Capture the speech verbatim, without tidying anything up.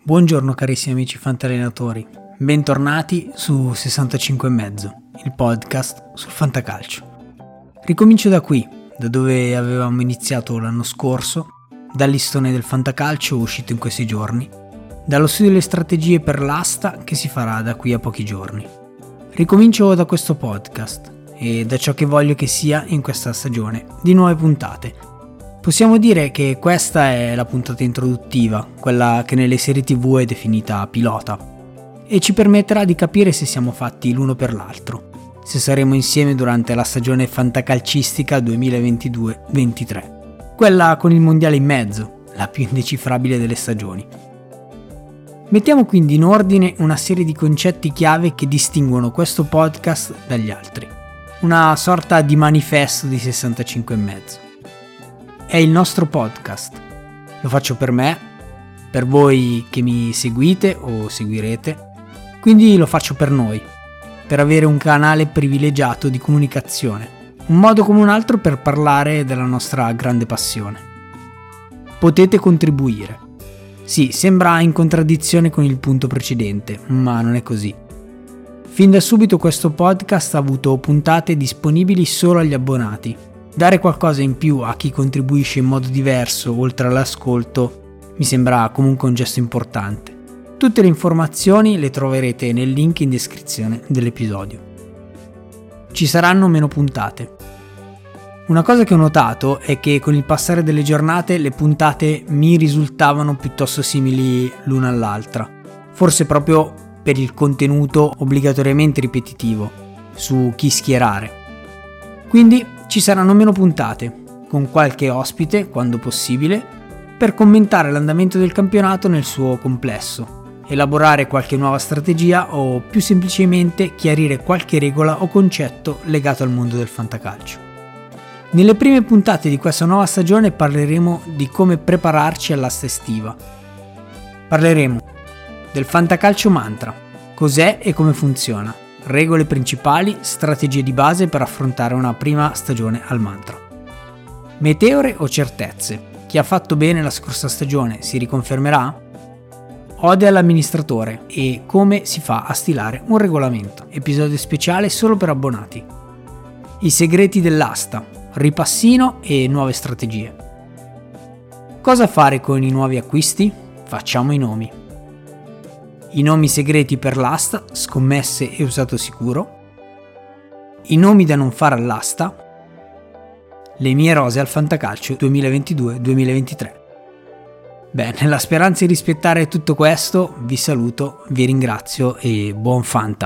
Buongiorno carissimi amici fantallenatori, bentornati su sessantacinque e mezzo, il podcast sul fantacalcio. Ricomincio da qui, da dove avevamo iniziato l'anno scorso, dal listone del fantacalcio uscito in questi giorni, dallo studio delle strategie per l'asta che si farà da qui a pochi giorni. Ricomincio da questo podcast e da ciò che voglio che sia in questa stagione di nuove puntate. Possiamo dire che questa è la puntata introduttiva, quella che nelle serie tivù è definita pilota, e ci permetterà di capire se siamo fatti l'uno per l'altro, se saremo insieme durante la stagione fantacalcistica duemilaventidue ventitré, quella con il mondiale in mezzo, la più indecifrabile delle stagioni. Mettiamo quindi in ordine una serie di concetti chiave che distinguono questo podcast dagli altri, una sorta di manifesto di sessantacinque e mezzo. È il nostro podcast. Lo faccio per me, per voi che mi seguite o seguirete, quindi lo faccio per noi, per avere un canale privilegiato di comunicazione, un modo come un altro per parlare della nostra grande passione. Potete contribuire. Sì, sembra in contraddizione con il punto precedente, ma non è così. Fin da subito questo podcast ha avuto puntate disponibili solo agli abbonati. Dare qualcosa in più a chi contribuisce in modo diverso oltre all'ascolto mi sembra comunque un gesto importante. Tutte le informazioni le troverete nel link in descrizione dell'episodio. Ci saranno meno puntate. Una cosa che ho notato è che con il passare delle giornate le puntate mi risultavano piuttosto simili l'una all'altra, forse proprio per il contenuto obbligatoriamente ripetitivo su chi schierare. Quindi ci saranno meno puntate, con qualche ospite, quando possibile, per commentare l'andamento del campionato nel suo complesso, elaborare qualche nuova strategia o più semplicemente chiarire qualche regola o concetto legato al mondo del fantacalcio. Nelle prime puntate di questa nuova stagione parleremo di come prepararci all'asta estiva. Parleremo del fantacalcio mantra, cos'è e come funziona, regole principali, strategie di base per affrontare una prima stagione al mantra. Meteore o certezze? Chi ha fatto bene la scorsa stagione si riconfermerà? Ode all'amministratore e come si fa a stilare un regolamento, episodio speciale solo per abbonati. I segreti dell'asta, ripassino e nuove strategie. Cosa fare con i nuovi acquisti? Facciamo i nomi. I nomi segreti per l'asta, scommesse e usato sicuro. I nomi da non fare all'asta. Le mie rose al fantacalcio duemilaventidue duemilaventitré. Beh, nella speranza di rispettare tutto questo, vi saluto, vi ringrazio e buon fanta.